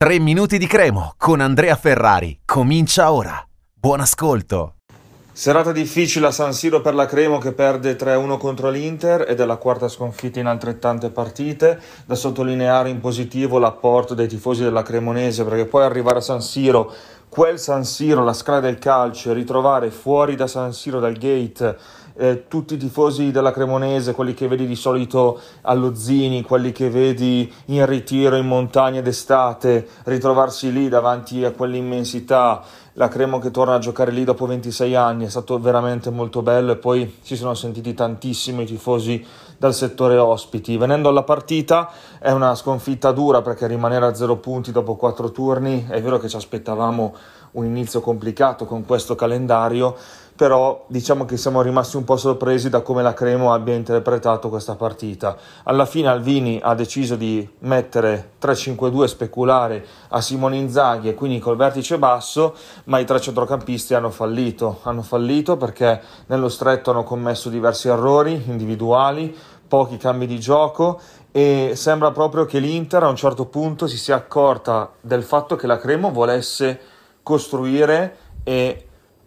3 minuti di Cremo con Andrea Ferrari. Comincia ora. Buon ascolto. Serata difficile a San Siro per la Cremo che perde 3-1 contro l'Inter ed è la quarta sconfitta in altrettante partite. Da sottolineare in positivo l'apporto dei tifosi della Cremonese, perché poi arrivare a San Siro, quel San Siro, la scala del calcio, e ritrovare fuori da San Siro, dal gate, tutti i tifosi della Cremonese, quelli che vedi di solito allo Zini, quelli che vedi in ritiro in montagna d'estate, ritrovarsi lì davanti a quell'immensità, la Cremo che torna a giocare lì dopo 26 anni, è stato veramente molto bello. E poi si sono sentiti tantissimi tifosi dal settore ospiti. Venendo alla partita, è una sconfitta dura perché rimanere a 0 punti dopo 4 turni, è vero che ci aspettavamo un inizio complicato con questo calendario, però diciamo che siamo rimasti un po' sorpresi da come la Cremo abbia interpretato questa partita. Alla fine Alvini ha deciso di mettere 3-5-2, speculare a Simone Inzaghi e quindi col vertice basso, ma i tre centrocampisti hanno fallito perché nello stretto hanno commesso diversi errori individuali, pochi cambi di gioco, e sembra proprio che l'Inter a un certo punto si sia accorta del fatto che la Cremo volesse costruire e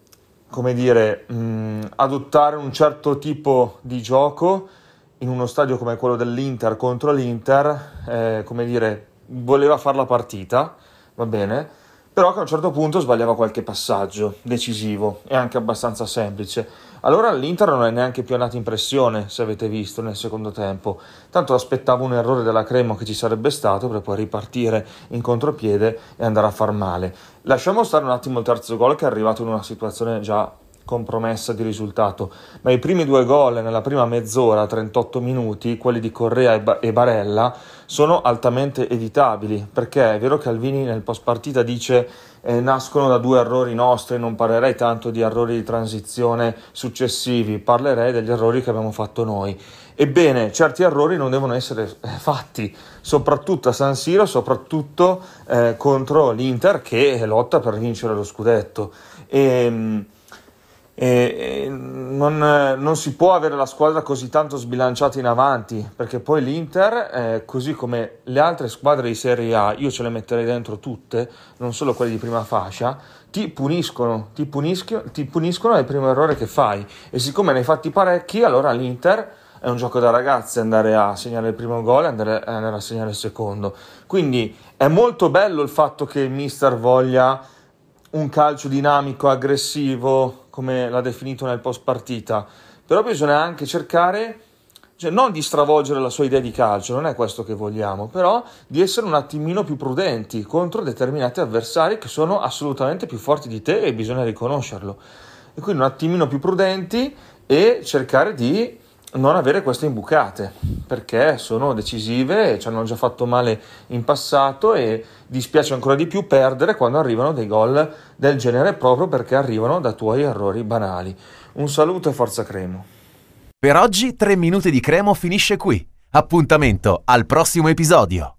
adottare un certo tipo di gioco in uno stadio come quello dell'Inter contro l'Inter, voleva fare la partita, va bene, però che a un certo punto sbagliava qualche passaggio decisivo e anche abbastanza semplice. Allora l'Inter non è neanche più andata in pressione, se avete visto, nel secondo tempo. Tanto aspettavo un errore della Cremo che ci sarebbe stato per poi ripartire in contropiede e andare a far male. Lasciamo stare un attimo il terzo gol, che è arrivato in una situazione già compromessa di risultato, ma i primi 2 gol nella prima mezz'ora, 38 minuti, quelli di Correa e Barella, sono altamente evitabili, perché è vero che Alvini nel post partita dice nascono da 2 errori nostri, non parlerei tanto di errori di transizione successivi, parlerei degli errori che abbiamo fatto noi. Ebbene, certi errori non devono essere fatti, soprattutto a San Siro, soprattutto contro l'Inter che lotta per vincere lo scudetto. Non si può avere la squadra così tanto sbilanciata in avanti, perché poi l'Inter, così come le altre squadre di Serie A, io ce le metterei dentro tutte, non solo quelle di prima fascia, ti puniscono al primo errore che fai, e siccome ne hai fatti parecchi, allora l'Inter è un gioco da ragazzi andare a segnare il primo gol e andare a segnare il secondo. Quindi è molto bello il fatto che il mister voglia un calcio dinamico, aggressivo, come l'ha definito nel post partita, però bisogna anche cercare, non di stravolgere la sua idea di calcio, non è questo che vogliamo, però di essere un attimino più prudenti contro determinati avversari che sono assolutamente più forti di te, e bisogna riconoscerlo. E quindi un attimino più prudenti e cercare di non avere queste imbucate, perché sono decisive, ci hanno già fatto male in passato e dispiace ancora di più perdere quando arrivano dei gol del genere, proprio perché arrivano da tuoi errori banali. Un saluto e forza Cremo. Per oggi 3 minuti di Cremo finisce qui. Appuntamento al prossimo episodio.